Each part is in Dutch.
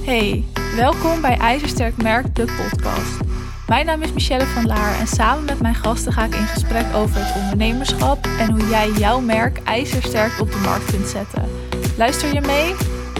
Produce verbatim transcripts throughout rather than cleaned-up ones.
Hey, welkom bij IJzersterk Merk, de podcast. Mijn naam is Michelle van Laar en samen met mijn gasten ga ik in gesprek over het ondernemerschap en hoe jij jouw merk ijzersterk op de markt kunt zetten. Luister je mee?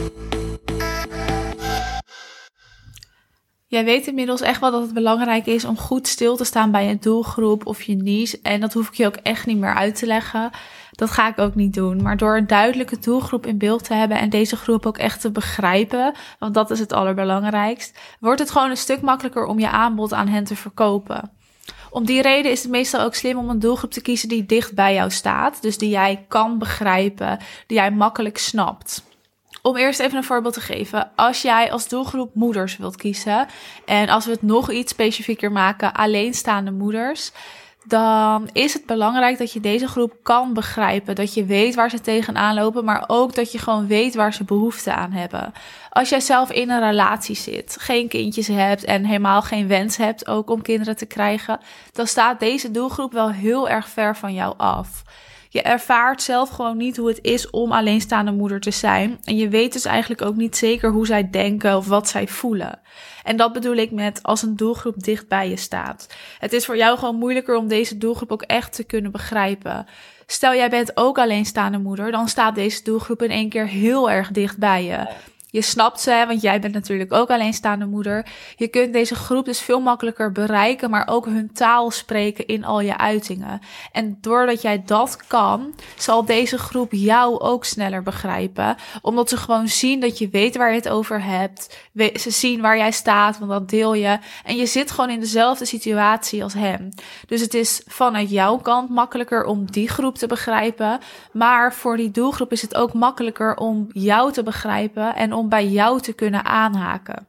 Jij weet inmiddels echt wel dat het belangrijk is om goed stil te staan bij je doelgroep of je niche. En dat hoef ik je ook echt niet meer uit te leggen. Dat ga ik ook niet doen. Maar door een duidelijke doelgroep in beeld te hebben en deze groep ook echt te begrijpen, want dat is het allerbelangrijkst, wordt het gewoon een stuk makkelijker om je aanbod aan hen te verkopen. Om die reden is het meestal ook slim om een doelgroep te kiezen die dicht bij jou staat. Dus die jij kan begrijpen, die jij makkelijk snapt. Om eerst even een voorbeeld te geven. Als jij als doelgroep moeders wilt kiezen, en als we het nog iets specifieker maken, alleenstaande moeders, dan is het belangrijk dat je deze groep kan begrijpen. Dat je weet waar ze tegenaan lopen, maar ook dat je gewoon weet waar ze behoefte aan hebben. Als jij zelf in een relatie zit, geen kindjes hebt en helemaal geen wens hebt ook om kinderen te krijgen, dan staat deze doelgroep wel heel erg ver van jou af. Je ervaart zelf gewoon niet hoe het is om alleenstaande moeder te zijn. En je weet dus eigenlijk ook niet zeker hoe zij denken of wat zij voelen. En dat bedoel ik met als een doelgroep dicht bij je staat. Het is voor jou gewoon moeilijker om deze doelgroep ook echt te kunnen begrijpen. Stel jij bent ook alleenstaande moeder, dan staat deze doelgroep in één keer heel erg dicht bij je. Je snapt ze, want jij bent natuurlijk ook alleenstaande moeder. Je kunt deze groep dus veel makkelijker bereiken, maar ook hun taal spreken in al je uitingen. En doordat jij dat kan, zal deze groep jou ook sneller begrijpen. Omdat ze gewoon zien dat je weet waar je het over hebt. Ze zien waar jij staat, want dat deel je. En je zit gewoon in dezelfde situatie als hem. Dus het is vanuit jouw kant makkelijker om die groep te begrijpen. Maar voor die doelgroep is het ook makkelijker om jou te begrijpen en om om bij jou te kunnen aanhaken.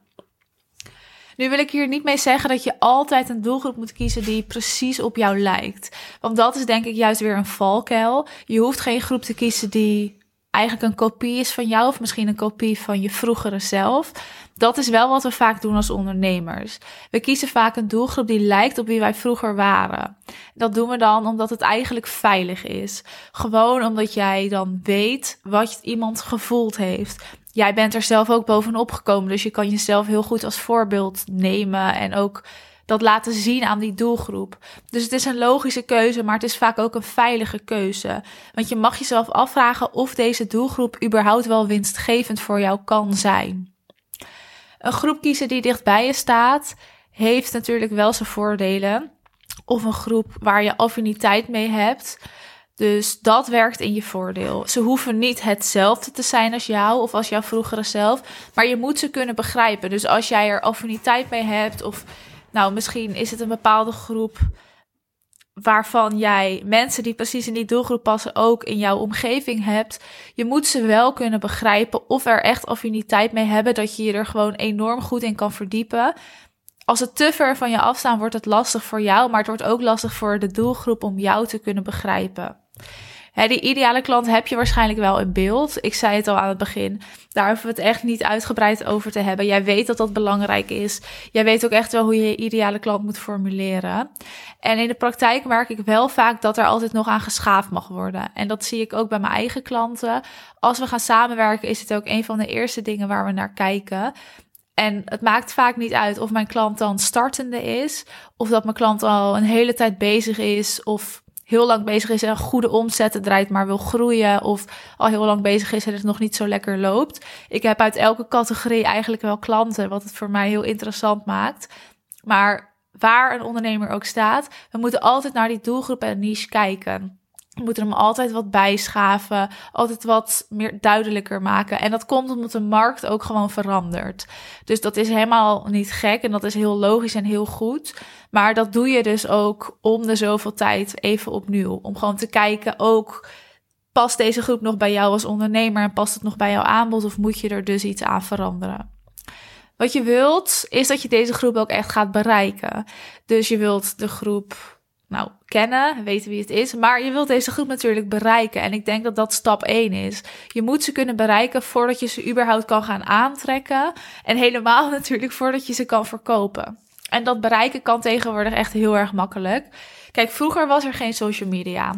Nu wil ik hier niet mee zeggen dat je altijd een doelgroep moet kiezen die precies op jou lijkt. Want dat is denk ik juist weer een valkuil. Je hoeft geen groep te kiezen die eigenlijk een kopie is van jou of misschien een kopie van je vroegere zelf. Dat is wel wat we vaak doen als ondernemers. We kiezen vaak een doelgroep die lijkt op wie wij vroeger waren. Dat doen we dan omdat het eigenlijk veilig is. Gewoon omdat jij dan weet wat iemand gevoeld heeft. Jij bent er zelf ook bovenop gekomen, dus je kan jezelf heel goed als voorbeeld nemen en ook dat laten zien aan die doelgroep. Dus het is een logische keuze, maar het is vaak ook een veilige keuze. Want je mag jezelf afvragen of deze doelgroep überhaupt wel winstgevend voor jou kan zijn. Een groep kiezen die dichtbij je staat, heeft natuurlijk wel zijn voordelen. Of een groep waar je affiniteit mee hebt. Dus dat werkt in je voordeel. Ze hoeven niet hetzelfde te zijn als jou of als jouw vroegere zelf, maar je moet ze kunnen begrijpen. Dus als jij er affiniteit mee hebt of nou misschien is het een bepaalde groep waarvan jij mensen die precies in die doelgroep passen ook in jouw omgeving hebt. Je moet ze wel kunnen begrijpen of er echt affiniteit mee hebben, dat je je er gewoon enorm goed in kan verdiepen. Als het te ver van je afstaan, wordt het lastig voor jou, maar het wordt ook lastig voor de doelgroep om jou te kunnen begrijpen. He, die ideale klant heb je waarschijnlijk wel in beeld. Ik zei het al aan het begin. Daar hoeven we het echt niet uitgebreid over te hebben. Jij weet dat dat belangrijk is. Jij weet ook echt wel hoe je je ideale klant moet formuleren. En in de praktijk merk ik wel vaak dat er altijd nog aan geschaafd mag worden. En dat zie ik ook bij mijn eigen klanten. Als we gaan samenwerken is het ook een van de eerste dingen waar we naar kijken. En het maakt vaak niet uit of mijn klant dan startende is, of dat mijn klant al een hele tijd bezig is, of heel lang bezig is en een goede omzetten draait, maar wil groeien, of al heel lang bezig is en het nog niet zo lekker loopt. Ik heb uit elke categorie eigenlijk wel klanten, wat het voor mij heel interessant maakt. Maar waar een ondernemer ook staat, we moeten altijd naar die doelgroep en niche kijken. We moeten hem altijd wat bijschaven, altijd wat meer duidelijker maken. En dat komt omdat de markt ook gewoon verandert. Dus dat is helemaal niet gek en dat is heel logisch en heel goed. Maar dat doe je dus ook om de zoveel tijd even opnieuw. Om gewoon te kijken ook, past deze groep nog bij jou als ondernemer en past het nog bij jouw aanbod of moet je er dus iets aan veranderen? Wat je wilt, is dat je deze groep ook echt gaat bereiken. Dus je wilt de groep nou, kennen, weten wie het is. Maar je wilt deze groep natuurlijk bereiken. En ik denk dat dat stap één is. Je moet ze kunnen bereiken voordat je ze überhaupt kan gaan aantrekken. En helemaal natuurlijk voordat je ze kan verkopen. En dat bereiken kan tegenwoordig echt heel erg makkelijk. Kijk, vroeger was er geen social media.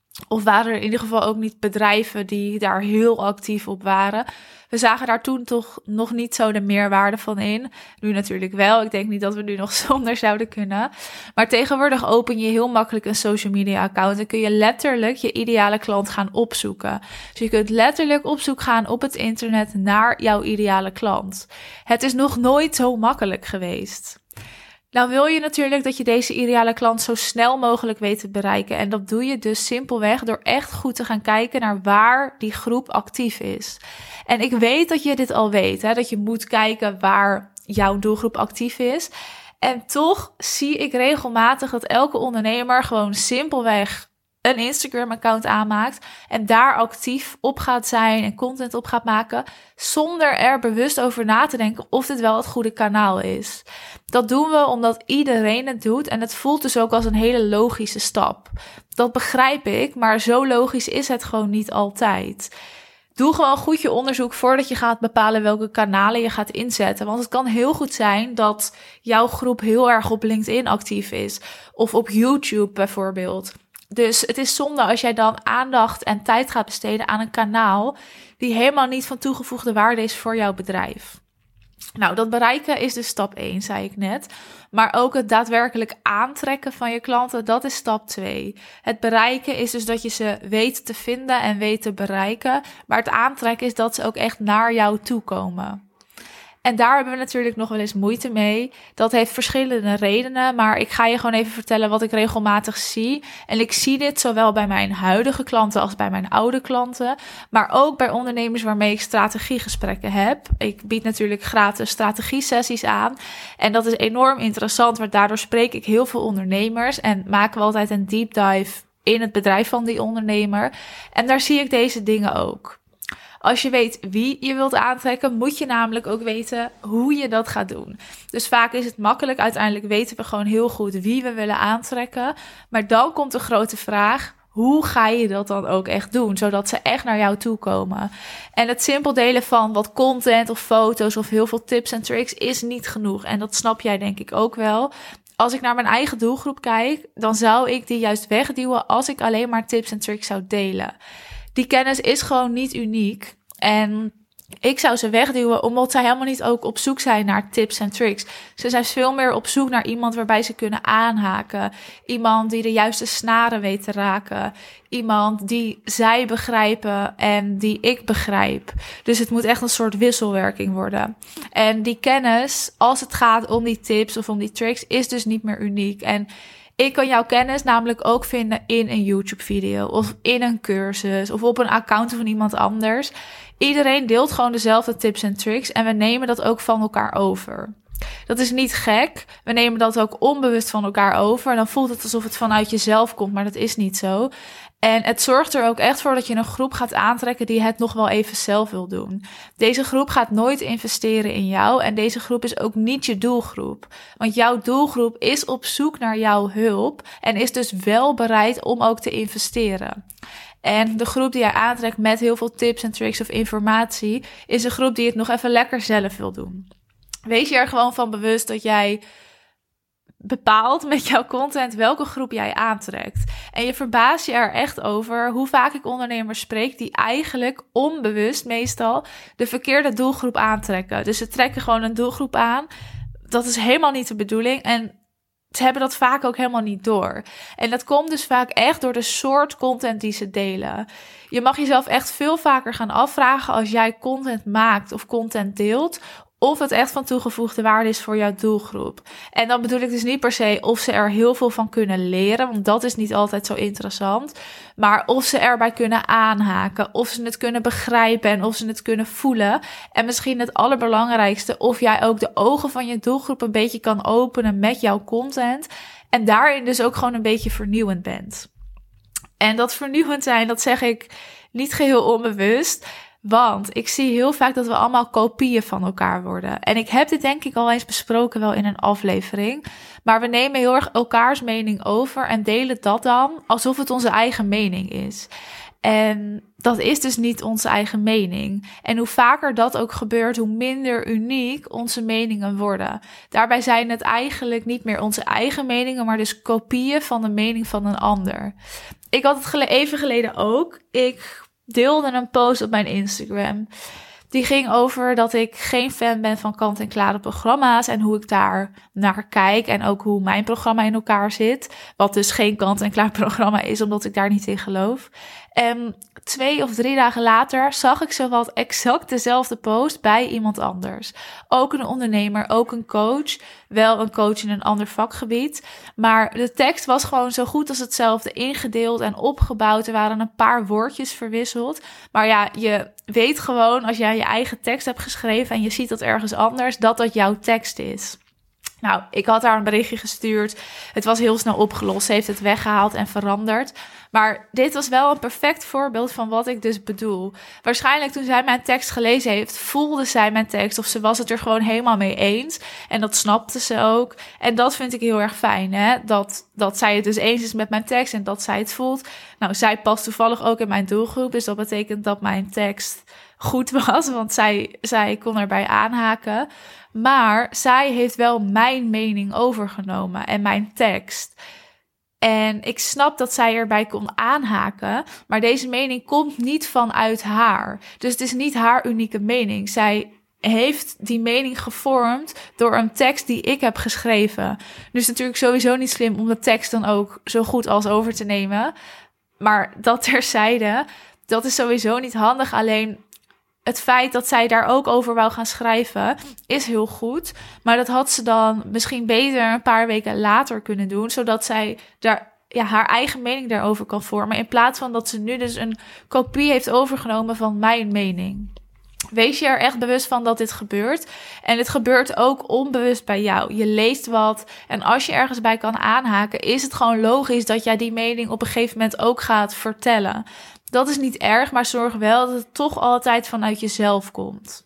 Of waren er in ieder geval ook niet bedrijven die daar heel actief op waren. We zagen daar toen toch nog niet zo de meerwaarde van in. Nu natuurlijk wel. Ik denk niet dat we nu nog zonder zouden kunnen. Maar tegenwoordig open je heel makkelijk een social media account. En kun je letterlijk je ideale klant gaan opzoeken. Dus je kunt letterlijk op zoek gaan op het internet naar jouw ideale klant. Het is nog nooit zo makkelijk geweest. Nou wil je natuurlijk dat je deze ideale klant zo snel mogelijk weet te bereiken. En dat doe je dus simpelweg door echt goed te gaan kijken naar waar die groep actief is. En ik weet dat je dit al weet, hè, dat je moet kijken waar jouw doelgroep actief is. En toch zie ik regelmatig dat elke ondernemer gewoon simpelweg een Instagram-account aanmaakt en daar actief op gaat zijn en content op gaat maken, zonder er bewust over na te denken of dit wel het goede kanaal is. Dat doen we omdat iedereen het doet en het voelt dus ook als een hele logische stap. Dat begrijp ik, maar zo logisch is het gewoon niet altijd. Doe gewoon goed je onderzoek voordat je gaat bepalen welke kanalen je gaat inzetten. Want het kan heel goed zijn dat jouw groep heel erg op LinkedIn actief is. Of op YouTube bijvoorbeeld. Dus het is zonde als jij dan aandacht en tijd gaat besteden aan een kanaal die helemaal niet van toegevoegde waarde is voor jouw bedrijf. Nou, dat bereiken is dus stap één, zei ik net. Maar ook het daadwerkelijk aantrekken van je klanten, dat is stap twee. Het bereiken is dus dat je ze weet te vinden en weet te bereiken. Maar het aantrekken is dat ze ook echt naar jou toe komen. En daar hebben we natuurlijk nog wel eens moeite mee. Dat heeft verschillende redenen, maar ik ga je gewoon even vertellen wat ik regelmatig zie. En ik zie dit zowel bij mijn huidige klanten als bij mijn oude klanten, maar ook bij ondernemers waarmee ik strategiegesprekken heb. Ik bied natuurlijk gratis strategie-sessies aan en dat is enorm interessant, want daardoor spreek ik heel veel ondernemers en maken we altijd een deep dive in het bedrijf van die ondernemer. En daar zie ik deze dingen ook. Als je weet wie je wilt aantrekken, moet je namelijk ook weten hoe je dat gaat doen. Dus vaak is het makkelijk. Uiteindelijk weten we gewoon heel goed wie we willen aantrekken. Maar dan komt de grote vraag, hoe ga je dat dan ook echt doen? Zodat ze echt naar jou toe komen. En het simpel delen van wat content of foto's of heel veel tips en tricks is niet genoeg. En dat snap jij denk ik ook wel. Als ik naar mijn eigen doelgroep kijk, dan zou ik die juist wegduwen als ik alleen maar tips en tricks zou delen. Die kennis is gewoon niet uniek en ik zou ze wegduwen omdat zij helemaal niet ook op zoek zijn naar tips en tricks. Ze zijn veel meer op zoek naar iemand waarbij ze kunnen aanhaken. Iemand die de juiste snaren weet te raken. Iemand die zij begrijpen en die ik begrijp. Dus het moet echt een soort wisselwerking worden. En die kennis, als het gaat om die tips of om die tricks, is dus niet meer uniek. En ik kan jouw kennis namelijk ook vinden in een YouTube-video of in een cursus of op een account van iemand anders. Iedereen deelt gewoon dezelfde tips en tricks en we nemen dat ook van elkaar over. Dat is niet gek. We nemen dat ook onbewust van elkaar over. En dan voelt het alsof het vanuit jezelf komt, maar dat is niet zo. En het zorgt er ook echt voor dat je een groep gaat aantrekken die het nog wel even zelf wil doen. Deze groep gaat nooit investeren in jou en deze groep is ook niet je doelgroep. Want jouw doelgroep is op zoek naar jouw hulp en is dus wel bereid om ook te investeren. En de groep die jij aantrekt met heel veel tips en tricks of informatie is een groep die het nog even lekker zelf wil doen. Wees je er gewoon van bewust dat jij bepaalt met jouw content welke groep jij aantrekt. En je verbaast je er echt over hoe vaak ik ondernemers spreek die eigenlijk onbewust meestal de verkeerde doelgroep aantrekken. Dus ze trekken gewoon een doelgroep aan. Dat is helemaal niet de bedoeling en ze hebben dat vaak ook helemaal niet door. En dat komt dus vaak echt door de soort content die ze delen. Je mag jezelf echt veel vaker gaan afvragen als jij content maakt of content deelt, of het echt van toegevoegde waarde is voor jouw doelgroep. En dan bedoel ik dus niet per se of ze er heel veel van kunnen leren, want dat is niet altijd zo interessant. Maar of ze erbij kunnen aanhaken, of ze het kunnen begrijpen en of ze het kunnen voelen. En misschien het allerbelangrijkste, of jij ook de ogen van je doelgroep een beetje kan openen met jouw content. En daarin dus ook gewoon een beetje vernieuwend bent. En dat vernieuwend zijn, dat zeg ik niet geheel onbewust. Want ik zie heel vaak dat we allemaal kopieën van elkaar worden. En ik heb dit denk ik al eens besproken wel in een aflevering. Maar we nemen heel erg elkaars mening over en delen dat dan alsof het onze eigen mening is. En dat is dus niet onze eigen mening. En hoe vaker dat ook gebeurt, hoe minder uniek onze meningen worden. Daarbij zijn het eigenlijk niet meer onze eigen meningen, maar dus kopieën van de mening van een ander. ik had het gele- even geleden ook. Ik deelde een post op mijn Instagram. Die ging over dat ik geen fan ben van kant-en-klare programma's en hoe ik daar naar kijk en ook hoe mijn programma in elkaar zit. Wat dus geen kant-en-klaar programma is, omdat ik daar niet in geloof. En twee of drie dagen later zag ik zowat exact dezelfde post bij iemand anders. Ook een ondernemer, ook een coach. Wel een coach in een ander vakgebied. Maar de tekst was gewoon zo goed als hetzelfde ingedeeld en opgebouwd. Er waren een paar woordjes verwisseld. Maar ja, je weet gewoon als jij je eigen tekst hebt geschreven en je ziet dat ergens anders, dat dat jouw tekst is. Nou, ik had haar een berichtje gestuurd. Het was heel snel opgelost. Ze heeft het weggehaald en veranderd. Maar dit was wel een perfect voorbeeld van wat ik dus bedoel. Waarschijnlijk toen zij mijn tekst gelezen heeft, voelde zij mijn tekst of ze was het er gewoon helemaal mee eens. En dat snapte ze ook. En dat vind ik heel erg fijn, hè? Dat, dat zij het dus eens is met mijn tekst en dat zij het voelt. Nou, zij past toevallig ook in mijn doelgroep. Dus dat betekent dat mijn tekst goed was, want zij, zij kon erbij aanhaken. Maar zij heeft wel mijn mening overgenomen en mijn tekst. En ik snap dat zij erbij kon aanhaken, maar deze mening komt niet vanuit haar. Dus het is niet haar unieke mening. Zij heeft die mening gevormd door een tekst die ik heb geschreven. Dus natuurlijk sowieso niet slim om de tekst dan ook zo goed als over te nemen. Maar dat terzijde, dat is sowieso niet handig. Alleen het feit dat zij daar ook over wou gaan schrijven is heel goed. Maar dat had ze dan misschien beter een paar weken later kunnen doen, zodat zij daar ja, haar eigen mening daarover kan vormen. In plaats van dat ze nu dus een kopie heeft overgenomen van mijn mening. Wees je er echt bewust van dat dit gebeurt. En dit gebeurt ook onbewust bij jou. Je leest wat en als je ergens bij kan aanhaken, is het gewoon logisch dat jij die mening op een gegeven moment ook gaat vertellen. Dat is niet erg, maar zorg wel dat het toch altijd vanuit jezelf komt.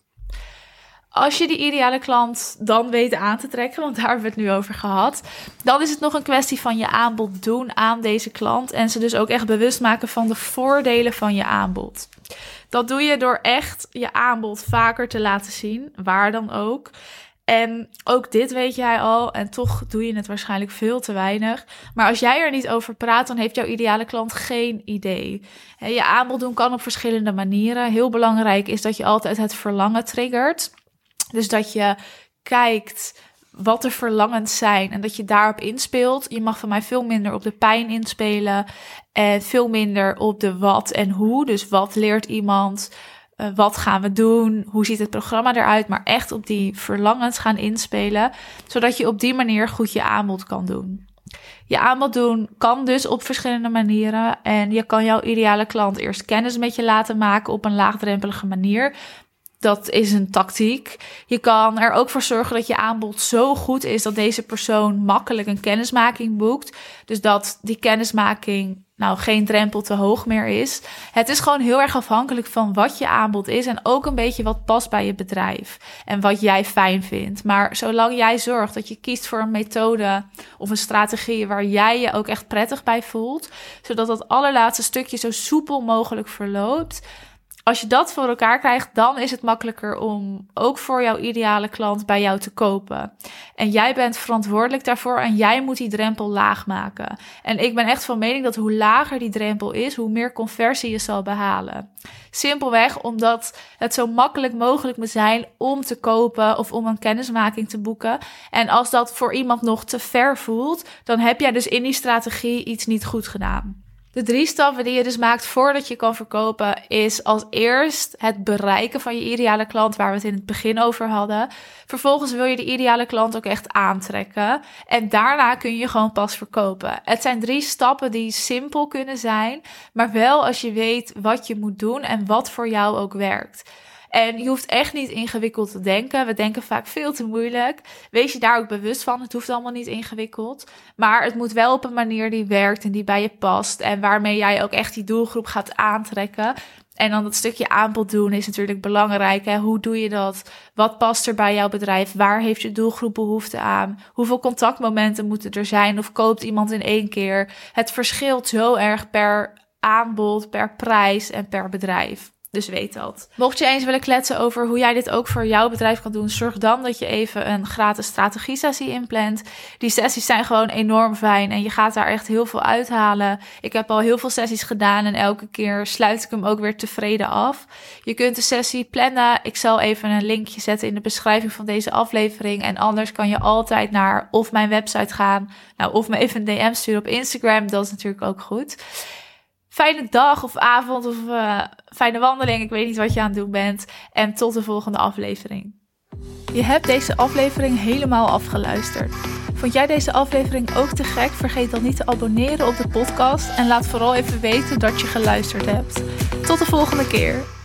Als je die ideale klant dan weet aan te trekken, want daar hebben we het nu over gehad, dan is het nog een kwestie van je aanbod doen aan deze klant en ze dus ook echt bewust maken van de voordelen van je aanbod. Dat doe je door echt je aanbod vaker te laten zien, waar dan ook. En ook dit weet jij al en toch doe je het waarschijnlijk veel te weinig. Maar als jij er niet over praat, dan heeft jouw ideale klant geen idee. Je aanbod doen kan op verschillende manieren. Heel belangrijk is dat je altijd het verlangen triggert. Dus dat je kijkt wat de verlangens zijn en dat je daarop inspeelt. Je mag van mij veel minder op de pijn inspelen en veel minder op de wat en hoe. Dus wat leert iemand? Uh, wat gaan we doen? Hoe ziet het programma eruit? Maar echt op die verlangens gaan inspelen, zodat je op die manier goed je aanbod kan doen. Je aanbod doen kan dus op verschillende manieren en je kan jouw ideale klant eerst kennis met je laten maken op een laagdrempelige manier. Dat is een tactiek. Je kan er ook voor zorgen dat je aanbod zo goed is dat deze persoon makkelijk een kennismaking boekt. Dus dat die kennismaking nou geen drempel te hoog meer is. Het is gewoon heel erg afhankelijk van wat je aanbod is en ook een beetje wat past bij je bedrijf en wat jij fijn vindt. Maar zolang jij zorgt dat je kiest voor een methode of een strategie waar jij je ook echt prettig bij voelt, zodat dat allerlaatste stukje zo soepel mogelijk verloopt. Als je dat voor elkaar krijgt, dan is het makkelijker om ook voor jouw ideale klant bij jou te kopen. En jij bent verantwoordelijk daarvoor en jij moet die drempel laag maken. En ik ben echt van mening dat hoe lager die drempel is, hoe meer conversie je zal behalen. Simpelweg omdat het zo makkelijk mogelijk moet zijn om te kopen of om een kennismaking te boeken. En als dat voor iemand nog te ver voelt, dan heb jij dus in die strategie iets niet goed gedaan. De drie stappen die je dus maakt voordat je kan verkopen is als eerst het bereiken van je ideale klant, waar we het in het begin over hadden. Vervolgens wil je de ideale klant ook echt aantrekken en daarna kun je gewoon pas verkopen. Het zijn drie stappen die simpel kunnen zijn, maar wel als je weet wat je moet doen en wat voor jou ook werkt. En je hoeft echt niet ingewikkeld te denken. We denken vaak veel te moeilijk. Wees je daar ook bewust van. Het hoeft allemaal niet ingewikkeld. Maar het moet wel op een manier die werkt en die bij je past. En waarmee jij ook echt die doelgroep gaat aantrekken. En dan dat stukje aanbod doen is natuurlijk belangrijk. Hè? Hoe doe je dat? Wat past er bij jouw bedrijf? Waar heeft je doelgroep behoefte aan? Hoeveel contactmomenten moeten er zijn? Of koopt iemand in één keer? Het verschilt zo erg per aanbod, per prijs en per bedrijf. Dus weet dat. Mocht je eens willen kletsen over hoe jij dit ook voor jouw bedrijf kan doen, zorg dan dat je even een gratis strategie-sessie inplant. Die sessies zijn gewoon enorm fijn en je gaat daar echt heel veel uithalen. Ik heb al heel veel sessies gedaan en elke keer sluit ik hem ook weer tevreden af. Je kunt de sessie plannen. Ik zal even een linkje zetten in de beschrijving van deze aflevering. En anders kan je altijd naar of mijn website gaan, nou, of me even een D M sturen op Instagram. Dat is natuurlijk ook goed. Fijne dag of avond of uh, fijne wandeling. Ik weet niet wat je aan het doen bent. En tot de volgende aflevering. Je hebt deze aflevering helemaal afgeluisterd. Vond jij deze aflevering ook te gek? Vergeet dan niet te abonneren op de podcast. En laat vooral even weten dat je geluisterd hebt. Tot de volgende keer.